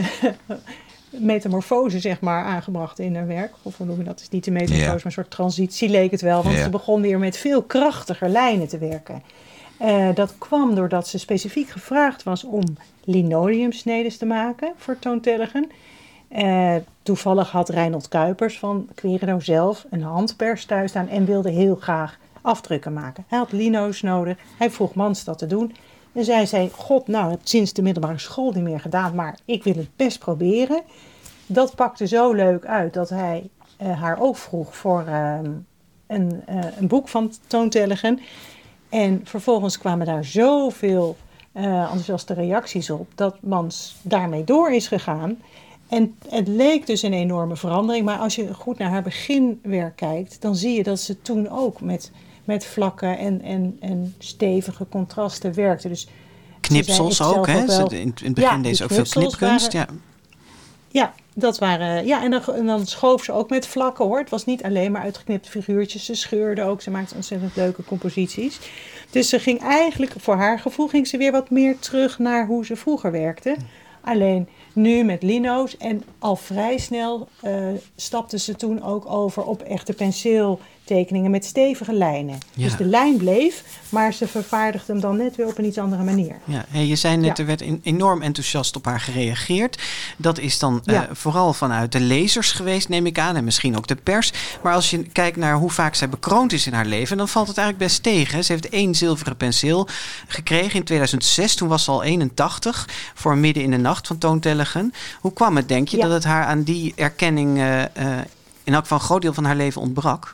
metamorfose, zeg maar, aangebracht in haar werk. Of hoe noem je dat? Het is niet de metamorfose, ja. maar een soort transitie leek het wel. Want ja. ze begon weer met veel krachtiger lijnen te werken. Uh, dat kwam doordat ze specifiek gevraagd was om linoleumsnedes te maken voor Toon Tellegen. Uh, toevallig had Reinhold Kuipers van Querido zelf een handpers thuis staan en wilde heel graag afdrukken maken. Hij had lino's nodig. Hij vroeg Mans dat te doen. En zij zei, god, nou, ik heb sinds de middelbare school niet meer gedaan, maar ik wil het best proberen. Dat pakte zo leuk uit dat hij uh, haar ook vroeg voor uh, een, uh, een boek van Toon Tellegen. En vervolgens kwamen daar zoveel uh, enthousiaste reacties op dat Mans daarmee door is gegaan. En het leek dus een enorme verandering, maar als je goed naar haar beginwerk kijkt, dan zie je dat ze toen ook met... met vlakken en, en, en stevige contrasten werkte. Dus knipsels ook, hè? Wel, in, in het begin ja, deed ze ook veel knipkunst. Waren, ja. ja, dat waren... Ja, en dan, en dan schoof ze ook met vlakken, hoor. Het was niet alleen maar uitgeknipte figuurtjes. Ze scheurde ook. Ze maakte ontzettend leuke composities. Dus ze ging eigenlijk, voor haar gevoel, ging ze weer wat meer terug naar hoe ze vroeger werkte. Alleen nu met lino's. En al vrij snel uh, stapte ze toen ook over op echte penseeltekeningen met stevige lijnen. Ja. Dus de lijn bleef, maar ze vervaardigde hem dan net weer op een iets andere manier. Ja, hey, je zei net, ja. er werd in, enorm enthousiast op haar gereageerd. Dat is dan ja. uh, vooral vanuit de lezers geweest, neem ik aan. En misschien ook de pers. Maar als je kijkt naar hoe vaak zij bekroond is in haar leven, dan valt het eigenlijk best tegen. Ze heeft één zilveren penseel gekregen in tweeduizend zes. Toen was ze al eenentachtig voor Midden in de Nacht van Toon Tellegen. Hoe kwam het, denk je, ja. dat het haar aan die erkenning uh, uh, in elk geval een groot deel van haar leven ontbrak?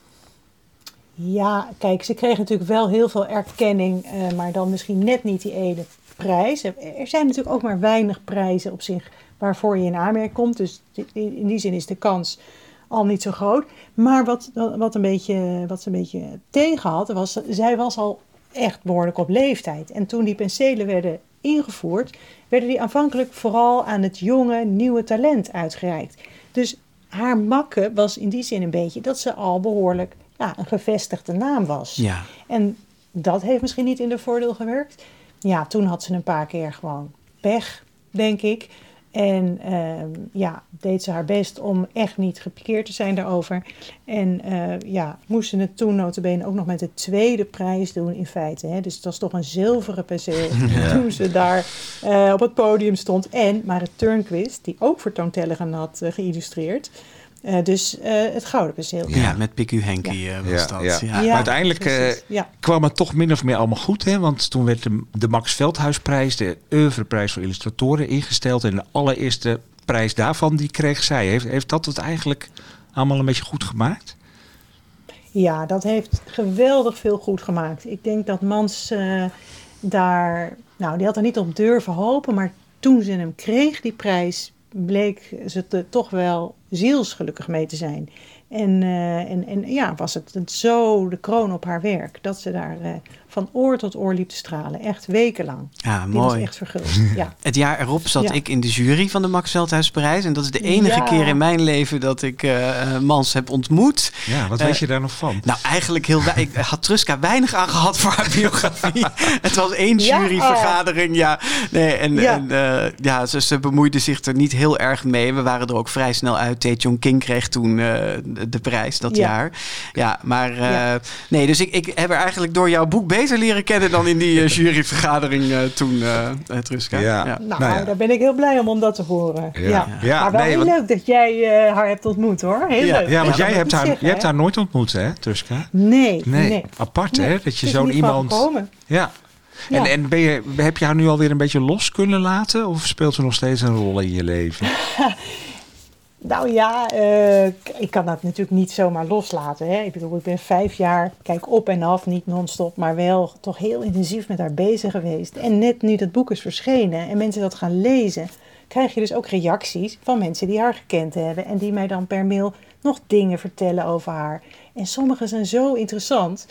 Ja, kijk, ze kreeg natuurlijk wel heel veel erkenning, uh, maar dan misschien net niet die ene prijs. Er zijn natuurlijk ook maar weinig prijzen op zich waarvoor je in aanmerking komt. Dus in die zin is de kans al niet zo groot. Maar wat, wat, een beetje, wat ze een beetje tegen had, was, zij was al echt behoorlijk op leeftijd. En toen die penselen werden ingevoerd, werden die aanvankelijk vooral aan het jonge, nieuwe talent uitgereikt. Dus haar makke was in die zin een beetje dat ze al behoorlijk ja, een gevestigde naam was. Ja. En dat heeft misschien niet in de voordeel gewerkt. Ja, toen had ze een paar keer gewoon pech, denk ik. En uh, ja, deed ze haar best om echt niet gepikeerd te zijn daarover. En uh, ja, moest ze het toen notabene ook nog met de tweede prijs doen in feite. Hè? Dus het was toch een zilveren penseel ja. toen ze daar uh, op het podium stond. En Marit Turnquist, die ook voor Toon Tellegen had uh, geïllustreerd. Uh, dus uh, het gouden penseel. Ja, ja, met Piku Henkie ja. uh, was ja, dat. Ja. Ja. Ja, maar uiteindelijk uh, ja. kwam het toch min of meer allemaal goed. Hè? Want toen werd de, de Max Veldhuisprijs, de oeuvreprijs voor illustratoren, ingesteld. En de allereerste prijs daarvan, die kreeg zij. Heeft, heeft dat het eigenlijk allemaal een beetje goed gemaakt? Ja, dat heeft geweldig veel goed gemaakt. Ik denk dat Mans uh, daar... Nou, die had er niet op durven hopen. Maar toen ze hem kreeg, die prijs, bleek ze te, toch wel zielsgelukkig mee te zijn. En, uh, en, en ja, was het, het zo de kroon op haar werk. Dat ze daar uh, van oor tot oor liep te stralen. Echt wekenlang. Ja, Die mooi. was echt verguld. Ja. Het jaar erop zat Ja. ik in de jury van de Max Veldhuisprijs. En dat is de enige Ja. keer in mijn leven dat ik uh, Mans heb ontmoet. Ja, wat Uh, weet je daar nog van? Nou, eigenlijk heel weinig. Ik had Truska weinig aan gehad voor haar biografie. Het was één Ja. juryvergadering. Ja, nee, en, Ja. en uh, ja, ze, ze bemoeide zich er niet heel erg mee. We waren er ook vrij snel uit. Tae-Jong King kreeg toen uh, de, de prijs dat Ja. jaar. Ja, maar uh, Ja. nee, dus ik, ik heb er eigenlijk door jouw boek beter leren kennen dan in die uh, juryvergadering uh, toen, uh, uh, Truska. Ja. Ja. Nou, Nou ja. daar ben ik heel blij om om dat te horen. Ja. Ja. Ja, maar wel nee, heel want- leuk dat jij uh, haar hebt ontmoet, hoor. Heel Ja. leuk. Ja, want dat jij moet hebt, ik haar, zeggen, jij hebt hè? haar nooit ontmoet, hè, Truska? Nee, Nee, nee. apart Nee, hè, het dat je is zo'n niet van iemand... gekomen. Ja. Ja. En, en ben je, heb je haar nu alweer een beetje los kunnen laten? Of speelt ze nog steeds een rol in je leven? Nou ja, uh, ik kan dat natuurlijk niet zomaar loslaten. Hè. Ik bedoel, ik ben vijf jaar, kijk op en af, niet non-stop, maar wel toch heel intensief met haar bezig geweest. En net nu dat boek is verschenen en mensen dat gaan lezen, krijg je dus ook reacties van mensen die haar gekend hebben en die mij dan per mail nog dingen vertellen over haar. En sommige zijn zo interessant.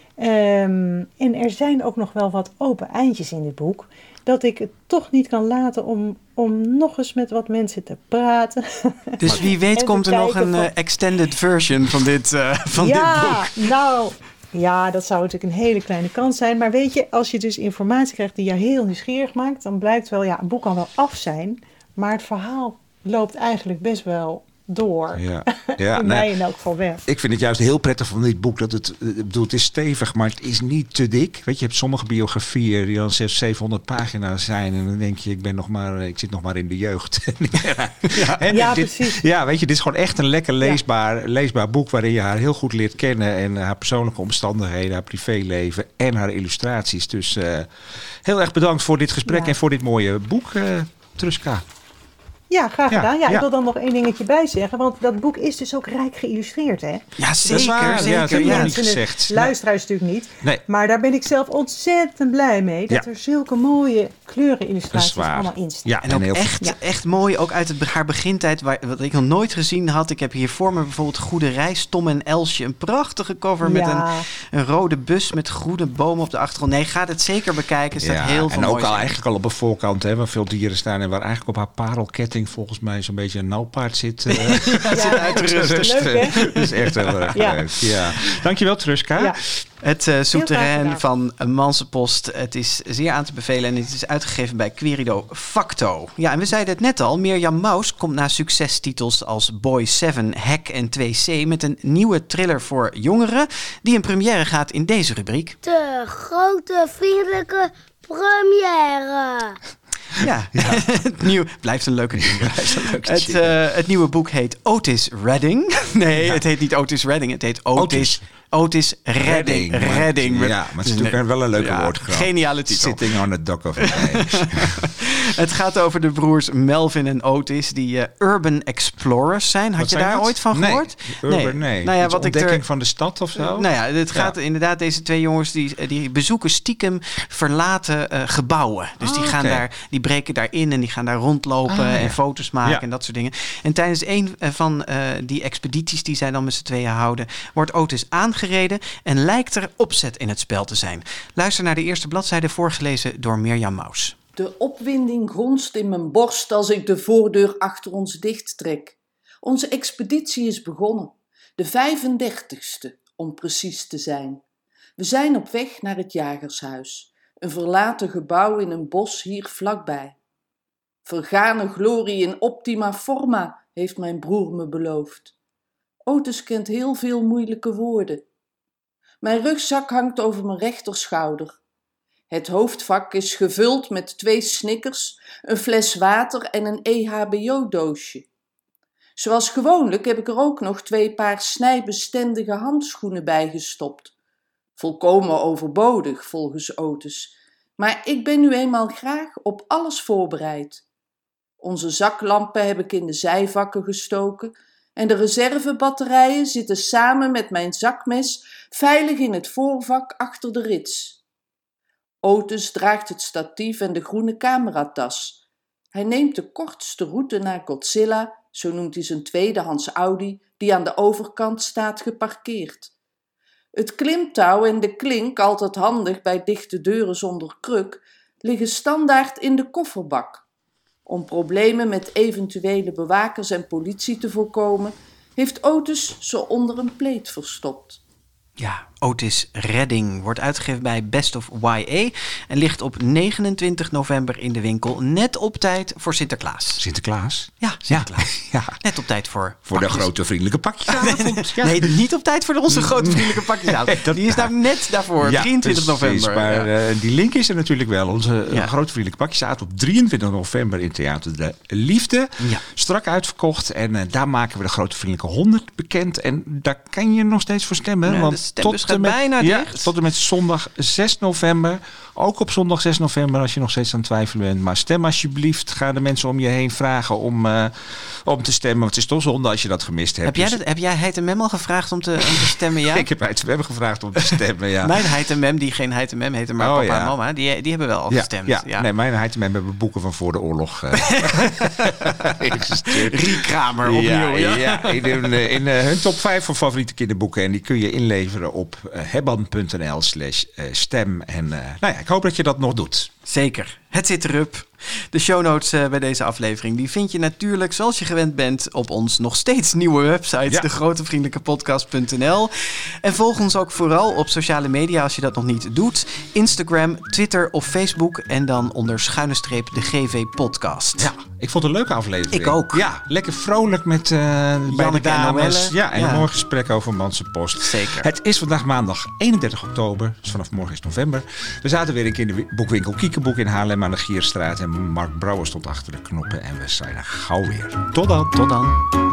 Um, en er zijn ook nog wel wat open eindjes in dit boek, dat ik het toch niet kan laten om, om nog eens met wat mensen te praten. Dus wie weet En komt te er nog kijken een van- uh, extended version van dit, uh, van ja, dit boek. nou, ja, dat zou natuurlijk een hele kleine kans zijn. Maar weet je, als je dus informatie krijgt die je heel nieuwsgierig maakt, dan blijkt wel, ja, een boek kan wel af zijn, maar het verhaal loopt eigenlijk best wel door. Ja, ja in nee. mij in elk geval weg. Ik vind het juist heel prettig van dit boek dat het, ik bedoel, het is stevig, maar het is niet te dik. Weet je, je hebt sommige biografieën die dan zeshonderd, zevenhonderd pagina's zijn en dan denk je, ik ben nog maar, ik zit nog maar in de jeugd. ja, hè, Ja, dit, precies. Ja, weet je, dit is gewoon echt een lekker leesbaar, leesbaar boek waarin je haar heel goed leert kennen en haar persoonlijke omstandigheden, haar privéleven en haar illustraties. Dus uh, heel erg bedankt voor dit gesprek Ja. en voor dit mooie boek, uh, Truska. Ja, graag Ja, gedaan. Ja, ja. ik wil dan nog één dingetje bij zeggen, want dat boek is dus ook rijk geïllustreerd, hè? Ja, zeker. Dat is waar, zeker. ja, dat heb ik Ja. nog niet Mensen, gezegd. luisteraars natuurlijk niet. Nee. Maar daar ben ik zelf ontzettend blij mee. Dat Ja. er zulke mooie kleurenillustraties Dat is waar. allemaal in staan. Ja, En ook heel echt, Ja. echt mooi, ook uit het, haar begintijd, waar, wat ik nog nooit gezien had. Ik heb hier voor me bijvoorbeeld Goede Reis, Tom en Elsje. Een prachtige cover met Ja. een, een rode bus met groene bomen op de achtergrond. Nee, ga het zeker bekijken. Er staat Ja, heel veel en ook moois al in. eigenlijk al op de voorkant, hè, waar veel dieren staan en waar eigenlijk op haar parelketting volgens mij zo'n beetje een nalpaard zit. Uh, Ja, zit uit te rusten. Leuk, hè? Dat is echt heel erg Ja. leuk. Ja. Dankjewel, Truska. Ja. Het uh, souterrain gedaan. van Mansenpost. Het is zeer aan te bevelen en het is uitgegeven bij Querido Facto. Ja, en we zeiden het net al. Mirjam Maus komt na succestitels als Boy zeven, Hack en twee C met een nieuwe thriller voor jongeren die in première gaat in deze rubriek. De grote vriendelijke première. Ja, het nieuw, blijft een leuke ding. Het, uh, het nieuwe boek heet Otis Redding. Nee, ja. Het heet niet Otis Redding, het heet Otis... Otis. Otis Redding. Redding. Redding. Ja, maar het is natuurlijk wel een leuke ja, woordgrap. Geniale titel. Sitting on a dock of a Het gaat over de broers Melvin en Otis die uh, urban explorers zijn. Had wat je zijn daar dat? ooit van nee. gehoord? Urban, nee. Nou ja, wat wat ik ontdekking er, van de stad of zo? Nou ja, het gaat ja. inderdaad, deze twee jongens die, die bezoeken stiekem verlaten uh, gebouwen. Dus oh, die gaan okay. daar, die breken daarin en die gaan daar rondlopen ah, en ja. foto's maken ja. en dat soort dingen. En tijdens een van uh, die expedities die zij dan met z'n tweeën houden, wordt Otis aangereden en lijkt er opzet in het spel te zijn. Luister naar de eerste bladzijde voorgelezen door Mirjam Maus. De opwinding gonst in mijn borst als ik de voordeur achter ons dichttrek. Onze expeditie is begonnen. De vijfendertigste, om precies te zijn. We zijn op weg naar het jagershuis. Een verlaten gebouw in een bos hier vlakbij. Vergane glorie in optima forma, heeft mijn broer me beloofd. Otis kent heel veel moeilijke woorden. Mijn rugzak hangt over mijn rechterschouder. Het hoofdvak is gevuld met twee Snickers, een fles water en een E H B O-doosje. Zoals gewoonlijk heb ik er ook nog twee paar snijbestendige handschoenen bij gestopt. Volkomen overbodig, volgens Otis. Maar ik ben nu eenmaal graag op alles voorbereid. Onze zaklampen heb ik in de zijvakken gestoken en de reservebatterijen zitten samen met mijn zakmes veilig in het voorvak achter de rits. Otis draagt het statief en de groene cameratas. Hij neemt de kortste route naar Godzilla Zo noemt hij zijn tweedehands Audi die aan de overkant staat geparkeerd. Het klimtouw en de klink, altijd handig bij dichte deuren zonder kruk, liggen standaard in de kofferbak. Om problemen met eventuele bewakers en politie te voorkomen, heeft Otis ze onder een pleet verstopt. Ja, Otis Redding wordt uitgegeven bij Best of Y A en ligt op negenentwintig november in de winkel, net op tijd voor Sinterklaas. Sinterklaas? Ja, Sinterklaas. Ja. Ja. Net op tijd voor Voor pakjes. de grote vriendelijke pakjesavond. Ja. Nee, niet op tijd voor onze grote vriendelijke pakjesavond. Die is nou net daarvoor, Ja, drieëntwintig november. Precies, maar ja. uh, die link is er natuurlijk wel. Onze uh, Ja. grote vriendelijke pakjesavond op drieëntwintig november in Theater de Liefde. Ja. Strak uitverkocht. En uh, daar maken we de grote vriendelijke honderd bekend. En daar kan je nog steeds voor stemmen. Ja, de want stembus tot gaat en met, bijna ja, dicht. tot en met zondag zes november. Ook op zondag zes november als je nog steeds aan het twijfelen bent. Maar stem alsjeblieft. Ga de mensen om je heen vragen om, uh, om te stemmen. Want het is toch zonde als je dat gemist hebt. Heb jij, Dus- dat, heb jij Heid en Mem al gevraagd om te, om te stemmen? Ja? Ik heb het we hebben gevraagd om te stemmen. Ja. Mijn Heid en Mem, die geen Heid en Mem heten, maar Oh, papa ja. en mama, die, die hebben wel al Ja, gestemd. ja. Ja. Nee, mijn heid en mijn hebben boeken van voor de oorlog uh, gestuurd. Rie Kramer opnieuw. Ja, Ja, ja. in, hun, uh, in uh, hun top vijf van favoriete kinderboeken. En die kun je inleveren op uh, hebban.nl slash stem. En uh, nou ja, ik hoop dat je dat nog doet. Zeker. Het zit erop. De show notes uh, bij deze aflevering die vind je natuurlijk, zoals je gewend bent, op ons nog steeds nieuwe website, Ja. de grote vriendelijke podcast punt n l. En volg ons ook vooral op sociale media als je dat nog niet doet. Instagram, Twitter of Facebook. En dan onder schuine streep de G V podcast. Ja, ik vond het een leuke aflevering. Ik ook. Ja, lekker vrolijk met uh, bij de Janneke en dames. Noelle. Ja, en Ja. een mooi gesprek over Manse Post. Zeker. Het is vandaag maandag eenendertig oktober. Dus vanaf morgen is november. We zaten weer in kinderboekwinkel Kiekeboek in Haarlem aan de Gierstraat. En Mark Brouwer stond achter de knoppen. En we zijn er gauw weer. Tot dan. Tot dan.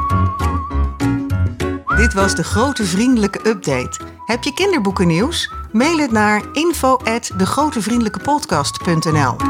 Dit was de Grote Vriendelijke Update. Heb je kinderboekennieuws? Mail het naar info at de grote vriendelijke podcast punt n l.